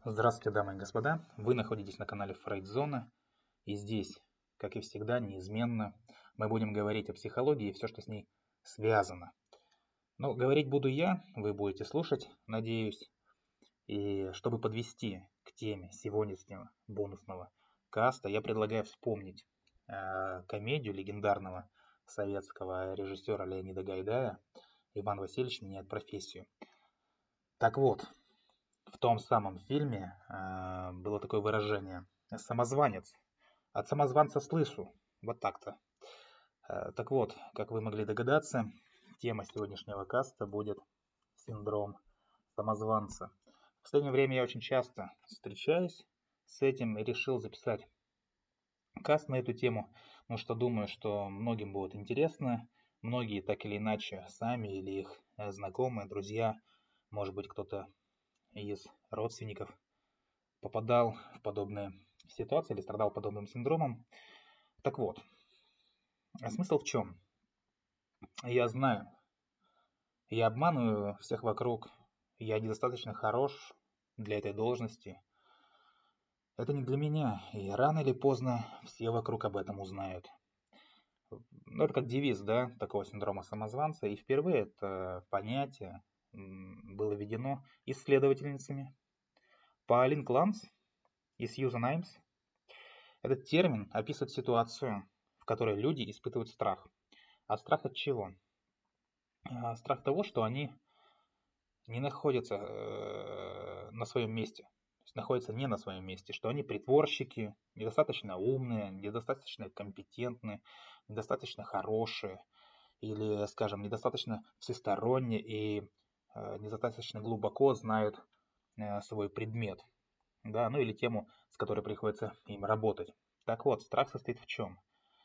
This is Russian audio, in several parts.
Здравствуйте, дамы и господа! Вы находитесь на канале Фрейдзона, и здесь, как и всегда, неизменно, мы будем говорить о психологии и все, что с ней связано. Но говорить буду я, вы будете слушать, надеюсь. И чтобы подвести к теме сегодняшнего бонусного каста, я предлагаю вспомнить комедию легендарного советского режиссера Леонида Гайдая «Иван Васильевич меняет профессию». Так вот, в том самом фильме было такое выражение «самозванец». От самозванца слышу. Вот так-то. Так вот, как вы могли догадаться, тема сегодняшнего каста будет синдром самозванца. В последнее время я очень часто встречаюсь с этим и решил записать каст на эту тему, потому что думаю, что многим будет интересно. Многие так или иначе сами или их знакомые, друзья, может быть кто-то из родственников попадал в подобные ситуации или страдал подобным синдромом. Так вот, смысл в чем? Я знаю, я обманываю всех вокруг, я недостаточно хорош для этой должности. Это не для меня, и рано или поздно все вокруг об этом узнают. Это как девиз, да, такого синдрома самозванца, и впервые это понятие было введено исследовательницами Паолин Кланц и Сьюзан Аймс. Этот термин описывает ситуацию, в которой люди испытывают страх. А страх от чего? Страх того, что они не находятся на своем месте. То есть находятся не на своем месте, что они притворщики, недостаточно умные, недостаточно компетентны, недостаточно хорошие, или, скажем, недостаточно всесторонне и недостаточно глубоко знают свой предмет, да, ну или тему, с которой приходится им работать. Так вот, страх состоит в чем?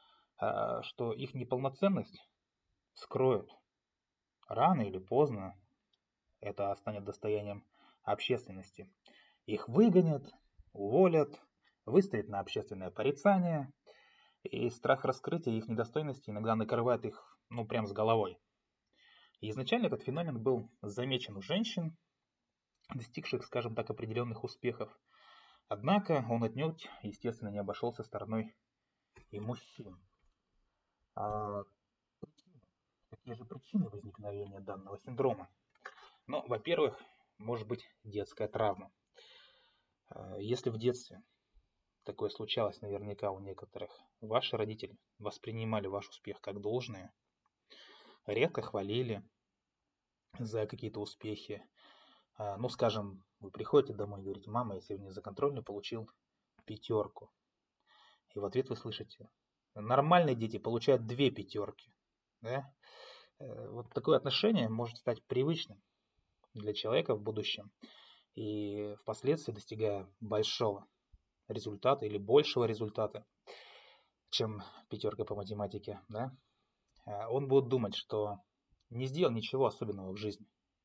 Что их неполноценность скроют рано или поздно, это станет достоянием общественности. Их выгонят, уволят, выставят на общественное порицание, и страх раскрытия их недостойности иногда накрывает их, ну, прям с головой. И изначально этот феномен был замечен у женщин, достигших, скажем так, определенных успехов. Однако он отнюдь, естественно, не обошелся стороной и мужчин. Какие же причины возникновения данного синдрома? Ну, во-первых, может быть детская травма. Если в детстве такое случалось наверняка у некоторых, ваши родители воспринимали ваш успех как должное, редко хвалили за какие-то успехи. Ну, скажем, вы приходите домой и говорите: мама, я сегодня за контрольную получил 5. И в ответ вы слышите: нормальные дети получают 2 5. Да? Вот такое отношение может стать привычным для человека в будущем. И впоследствии, достигая большого результата или большего результата, чем 5 по математике, да, он будет думать, что не сделал ничего особенного в жизни,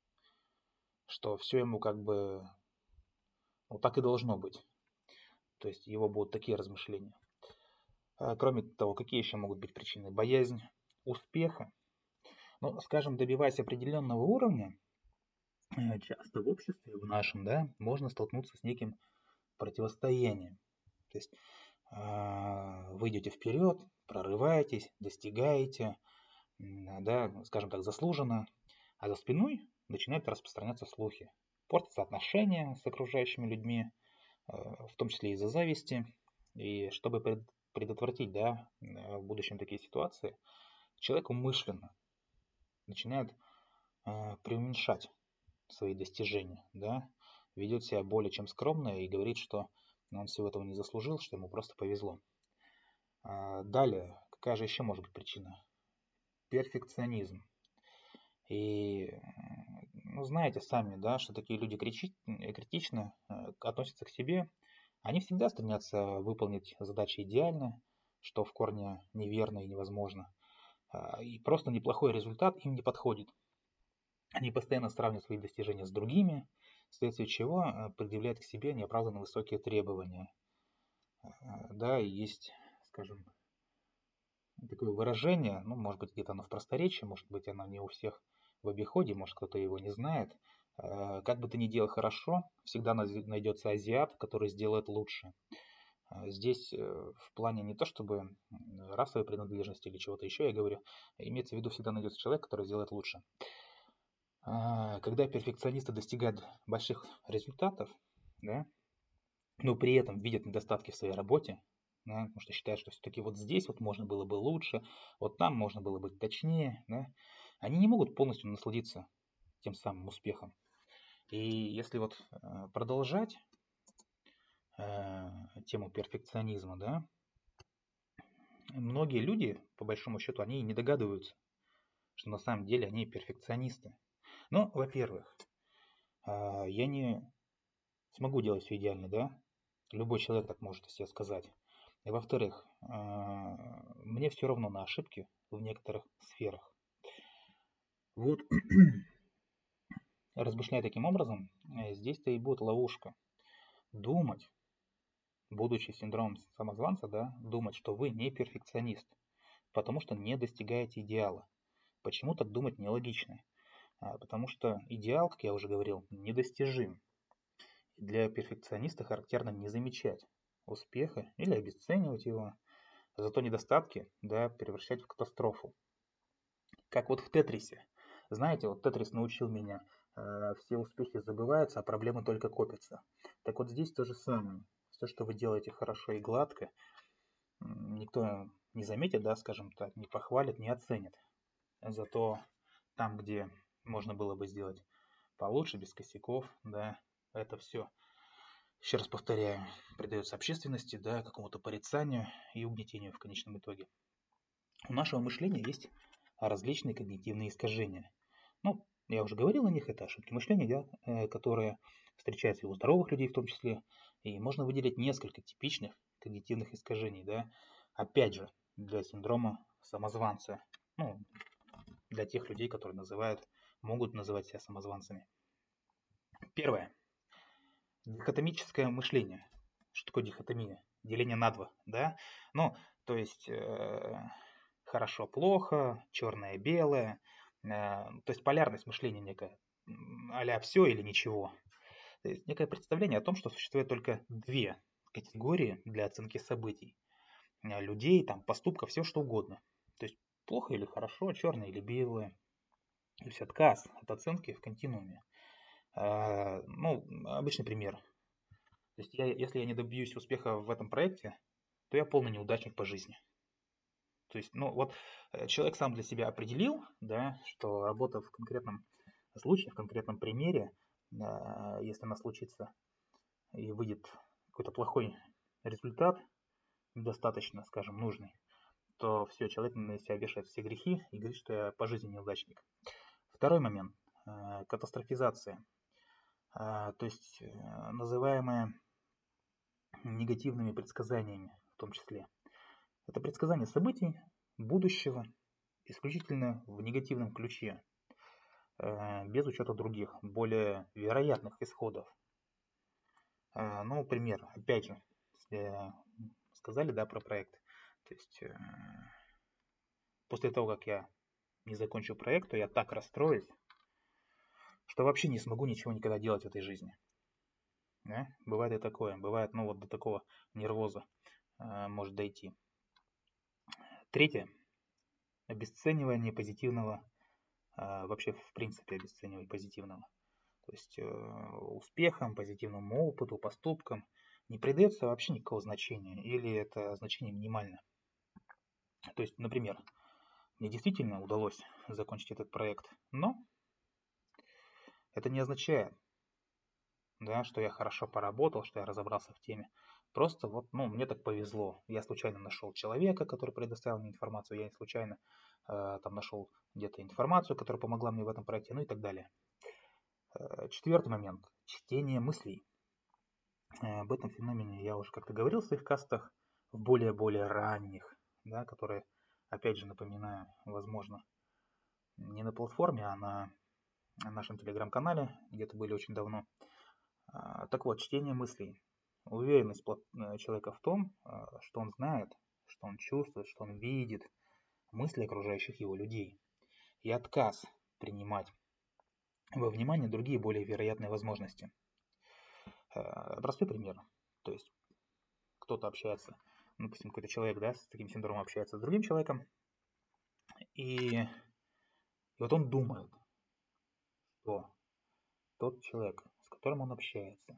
что все ему как бы, ну, так и должно быть. То есть его будут такие размышления. Кроме того, какие еще могут быть причины? Боязнь успеха. Ну, скажем, добиваясь определенного уровня, часто в обществе, в нашем, да, можно столкнуться с неким противостоянием. То есть вы идете вперед, прорываетесь, достигаете, да, скажем так, заслуженно, а за спиной начинают распространяться слухи. Портятся отношения с окружающими людьми, в том числе из-за зависти. И чтобы предотвратить, да, в будущем такие ситуации, человек умышленно начинает преуменьшать свои достижения, да, ведет себя более чем скромно и говорит, что он всего этого не заслужил, что ему просто повезло. Далее, какая же еще может быть причина? Перфекционизм. И, ну, знаете сами, да, что такие люди критично относятся к себе. Они всегда стремятся выполнить задачи идеально, что в корне неверно и невозможно. И просто неплохой результат им не подходит. Они постоянно сравнивают свои достижения с другими, вследствие чего предъявляют к себе неоправданно высокие требования. Да, и есть, скажем, такое выражение, ну, может быть, где-то оно в просторечии, может быть, оно не у всех в обиходе, может, кто-то его не знает, Как бы ты ни делал хорошо, всегда найдется азиат, который сделает лучше. Здесь в плане не то чтобы расовой принадлежности или чего-то еще, я говорю, имеется в виду, всегда найдется человек, который сделает лучше. Когда перфекционисты достигают больших результатов, да, но при этом видят недостатки в своей работе, да, потому что считают, что все-таки вот здесь вот можно было бы лучше, вот там можно было быть точнее, да, они не могут полностью насладиться тем самым успехом. И если вот продолжать тему перфекционизма, да, многие люди, по большому счету, они не догадываются, что на самом деле они перфекционисты. Ну, во-первых, я не смогу делать все идеально, да? Любой человек так может о себе сказать. И во-вторых, мне все равно на ошибки в некоторых сферах. Вот, размышляя таким образом, здесь-то и будет ловушка. Думать, будучи синдромом самозванца, да, думать, что вы не перфекционист, потому что не достигаете идеала. Почему так думать нелогично? Потому что идеал, как я уже говорил, недостижим. Для перфекциониста характерно не замечать успеха или обесценивать его, зато недостатки, да, превращать в катастрофу. Как вот в Тетрисе. Знаете, вот Тетрис научил меня, все успехи забываются, а проблемы только копятся. Так вот здесь то же самое. Все, что вы делаете хорошо и гладко, никто не заметит, да, скажем так, не похвалит, не оценит. Зато там, где можно было бы сделать получше, без косяков, да, это все, еще раз повторяю, придается общественности, да, какому-то порицанию и угнетению в конечном итоге. У нашего мышления есть различные когнитивные искажения. Ну, я уже говорил о них, это ошибки мышления, да, которые встречаются и у здоровых людей в том числе. И можно выделить несколько типичных когнитивных искажений, да, опять же, для синдрома самозванца. Ну, для тех людей, которые могут называть себя самозванцами. Первое. Дихотомическое мышление. Что такое дихотомия? Деление на два, да? Ну, то есть хорошо-плохо, черное-белое. То есть полярность мышления некая. А-ля все или ничего. То есть некое представление о том, что существует только две категории для оценки событий. Людей, там, поступков, все что угодно. То есть плохо или хорошо, черное или белое. То есть отказ от оценки в континууме. Ну, обычный пример. То есть если я не добьюсь успеха в этом проекте, то я полный неудачник по жизни. То есть, ну вот человек сам для себя определил, да, что работа в конкретном случае, в конкретном примере, если она случится и выйдет какой-то плохой результат, недостаточно, скажем, нужный, то все, человек на себя вешает все грехи и говорит, что я по жизни неудачник. Второй момент. Катастрофизация. То есть называемая негативными предсказаниями в том числе. Это предсказание событий будущего исключительно в негативном ключе, без учета других, более вероятных исходов. Ну, пример, опять же, если сказали, да, про проект. То есть после того, как я не закончу проект, то я так расстроюсь, что вообще не смогу ничего никогда делать в этой жизни. Да? Бывает и такое. Бывает, ну вот до такого нервоза может дойти. Третье. Обесценивание позитивного, вообще в принципе обесценивание позитивного. То есть успехам, позитивному опыту, поступкам не придается вообще никакого значения или это значение минимально. То есть, например, мне действительно удалось закончить этот проект, но это не означает, да, что я хорошо поработал, что я разобрался в теме. Просто вот, ну, мне так повезло. Я случайно нашел человека, который предоставил мне информацию, я случайно там нашел где-то информацию, которая помогла мне в этом проекте, ну и так далее. Четвертый момент. Чтение мыслей. Об этом феномене я уже как-то говорил в своих кастах, в более-более ранних, да, которые, опять же, напоминаю, возможно, не на платформе, а на нашем телеграм-канале, где-то были очень давно. Так вот, чтение мыслей. Уверенность человека в том, что он знает, что он чувствует, что он видит мысли окружающих его людей. И отказ принимать во внимание другие более вероятные возможности. Простой пример. То есть кто-то общается, допустим, какой-то человек, да, с таким синдромом общается с другим человеком, и вот он думает, что тот человек, с которым он общается,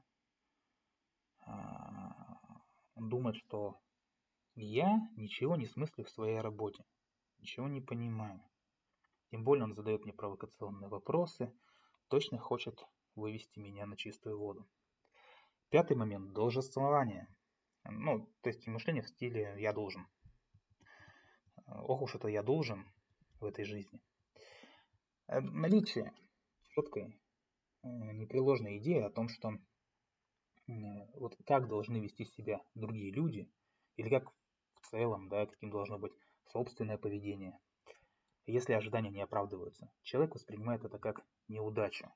он думает, что я ничего не смыслю в своей работе, ничего не понимаю. Тем более он задает мне провокационные вопросы, точно хочет вывести меня на чистую воду. Пятый момент – должествование. То есть мышление в стиле «я должен». Ох уж это «я должен» в этой жизни. Наличие четкой, непреложной идеи о том, что вот как должны вести себя другие люди, или как в целом, да, каким должно быть собственное поведение. Если ожидания не оправдываются, человек воспринимает это как неудачу.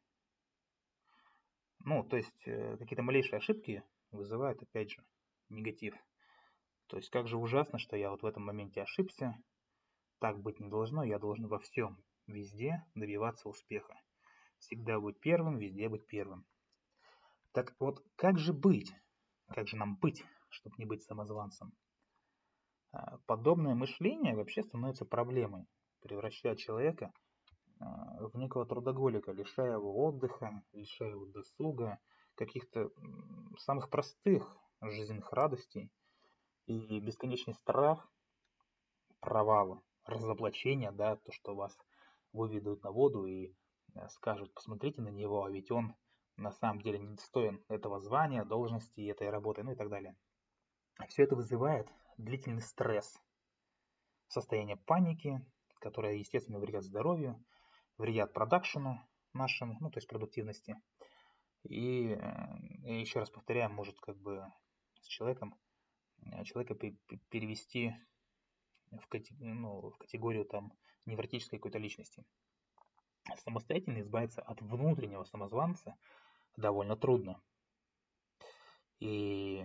То есть какие-то малейшие ошибки вызывают, опять же, негатив. То есть как же ужасно, что я вот в этом моменте ошибся, так быть не должно, я должен во всем, везде добиваться успеха. Всегда быть первым, везде быть первым. Так вот, как же быть? Как же нам быть, чтобы не быть самозванцем? Подобное мышление вообще становится проблемой, превращая человека в некого трудоголика, лишая его отдыха, лишая его досуга, каких-то самых простых жизненных радостей и бесконечный страх провала, разоблачения, да, то, что вас выведут на воду и скажут, посмотрите на него, а ведь он на самом деле не достоин этого звания, должности, этой работы, и так далее. Все это вызывает длительный стресс, состояние паники, которое, естественно, вредит здоровью, вредят продакшену нашему, то есть продуктивности. И еще раз повторяю, может с человека перевести в категорию невротической какой-то личности. Самостоятельно избавиться от внутреннего самозванца довольно трудно. И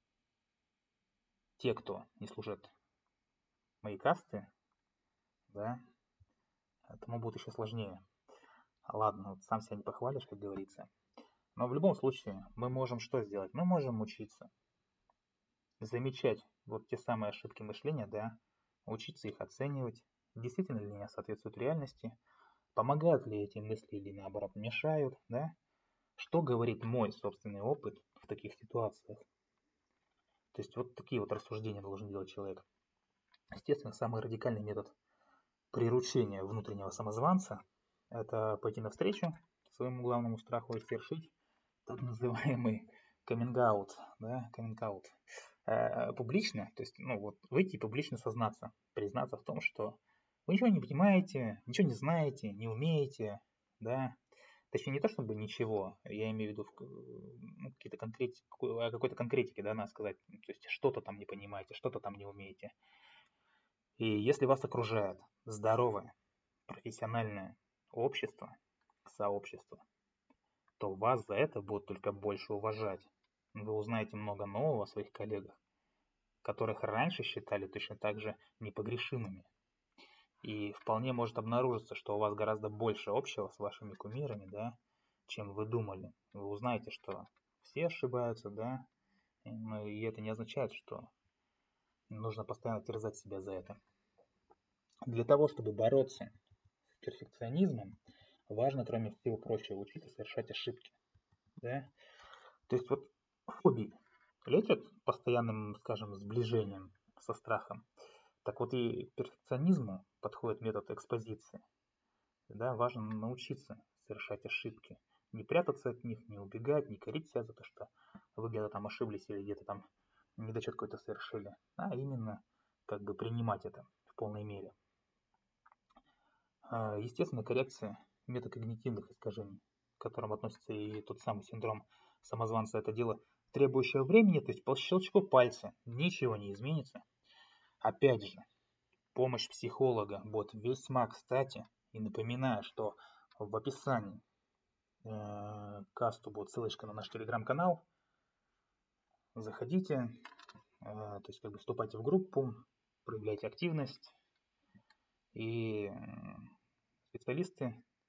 те, кто не служат моей касты, да, тому будет еще сложнее. Ладно, вот сам себя не похвалишь, как говорится. Но в любом случае мы можем что сделать? Мы можем учиться замечать вот те самые ошибки мышления, да, учиться их оценивать, действительно ли они соответствуют реальности, помогают ли эти мысли или наоборот мешают, да, что говорит мой собственный опыт в таких ситуациях. То есть вот такие вот рассуждения должен делать человек. Естественно, самый радикальный метод приручения внутреннего самозванца – это пойти навстречу своему главному страху и совершить так называемый каминг-аут, да, каминг-аут. Публично, то есть, выйти и публично сознаться, признаться в том, что вы ничего не понимаете, ничего не знаете, не умеете, да, точнее не то чтобы ничего, я имею в виду о какой-то конкретике, да, надо сказать, то есть что-то там не понимаете, что-то там не умеете. И если вас окружает здоровое, профессиональное общество, сообщество, то вас за это будут только больше уважать. Вы узнаете много нового о своих коллегах, которых раньше считали точно так же непогрешимыми. И вполне может обнаружиться, что у вас гораздо больше общего с вашими кумирами, да, чем вы думали. Вы узнаете, что все ошибаются, да, и это не означает, что нужно постоянно терзать себя за это. Для того, чтобы бороться с перфекционизмом, важно, кроме всего прочего, учиться совершать ошибки. Да? То есть вот фобии лечат постоянным, скажем, сближением со страхом. Так вот и перфекционизму подходит метод экспозиции. Да, важно научиться совершать ошибки. Не прятаться от них, не убегать, не корить себя за то, что вы где-то там ошиблись или где-то там недочет какой-то совершили, а именно принимать это в полной мере. Естественно, коррекция метакогнитивных искажений, к которым относится и тот самый синдром самозванца, это дело требующего времени, то есть по щелчку пальца ничего не изменится. Опять же, помощь психолога будет весьма кстати. И напоминаю, что в описании к касту будет ссылочка на наш телеграм-канал. Заходите, то есть вступайте в группу, проявляйте активность. И специалисты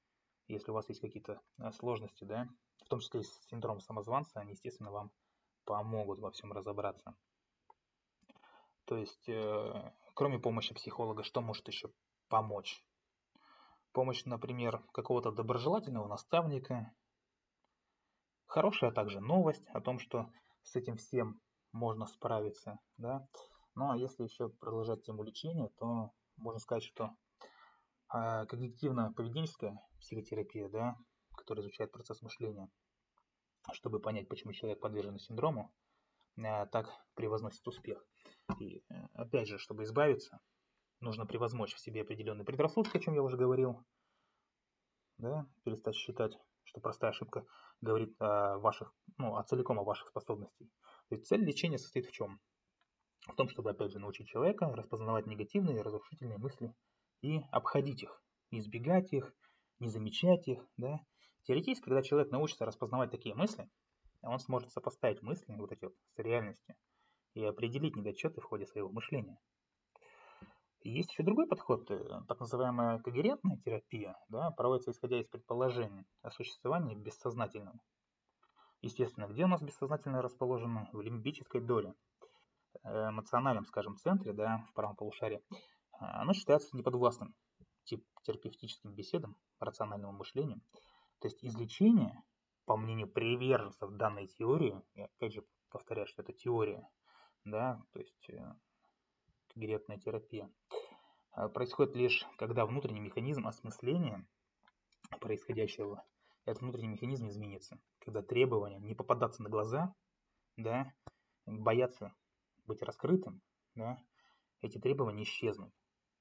если у вас есть какие-то сложности, да, в том числе и с синдромом самозванца, они, естественно, вам помогут во всем разобраться. То есть, кроме помощи психолога, что может еще помочь? Помощь, например, какого-то доброжелательного наставника. Хорошая также новость о том, что с этим всем можно справиться, да. Ну а если еще продолжать тему лечения, то можно сказать, что когнитивно-поведенческая психотерапия, да, которая изучает процесс мышления, чтобы понять, почему человек подвержен синдрому, так превозносит успех. И опять же, чтобы избавиться, нужно превозмочь в себе определенные предрассудки, о чем я уже говорил, да, перестать считать, что простая ошибка говорит целиком о ваших способностях. То есть цель лечения состоит в чем? В том, чтобы, опять же, научить человека распознавать негативные и разрушительные мысли и обходить их, избегать их, не замечать их, да. Теоретически, когда человек научится распознавать такие мысли, он сможет сопоставить мысли вот эти вот с реальностью и определить недочеты в ходе своего мышления. Есть еще другой подход, так называемая когерентная терапия, да, проводится исходя из предположений о существовании бессознательного. Естественно, где у нас бессознательное расположено? В лимбической доле, эмоциональном, скажем, центре, да, в правом полушарии. Оно считается неподвластным терапевтическим беседам, рациональному мышлению. То есть излечение, по мнению приверженцев данной теории, я опять же повторяю, что это теория, да, то есть когерентная терапия, происходит лишь, когда внутренний механизм осмысления происходящего, этот внутренний механизм изменится. Когда требования не попадаться на глаза, да, бояться быть раскрытым, да, эти требования исчезнут.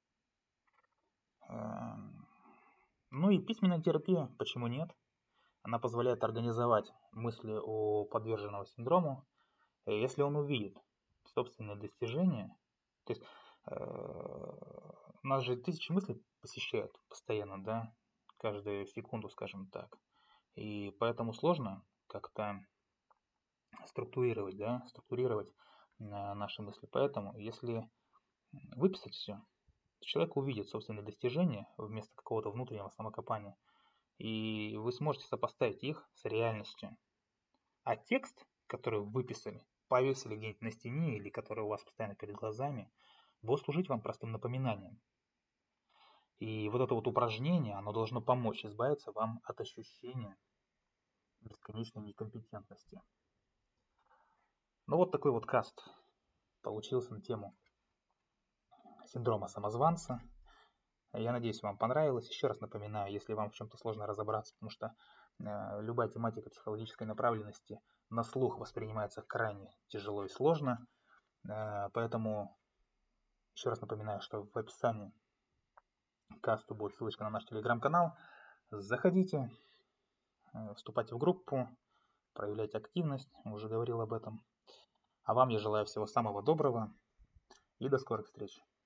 Ну и письменная терапия, почему нет? Она позволяет организовать мысли у подверженного синдрому, если он увидит собственные достижения. То есть нас же тысячи мыслей посещают постоянно, да, каждую секунду, скажем так. И поэтому сложно как-то структурировать наши мысли. Поэтому, если выписать все, человек увидит собственные достижения вместо какого-то внутреннего самокопания, и вы сможете сопоставить их с реальностью. А текст, который вы выписали, повесили где-нибудь на стене или который у вас постоянно перед глазами, будет служить вам простым напоминанием. И вот это вот упражнение, оно должно помочь избавиться вам от ощущения бесконечной некомпетентности. Ну вот такой вот каст получился на тему синдрома самозванца. Я надеюсь, вам понравилось. Еще раз напоминаю, если вам в чем-то сложно разобраться, потому что любая тематика психологической направленности на слух воспринимается крайне тяжело и сложно. Поэтому еще раз напоминаю, что в описании к касту будет ссылочка на наш телеграм-канал. Заходите, вступайте в группу, проявляйте активность, уже говорил об этом. А вам я желаю всего самого доброго и до скорых встреч.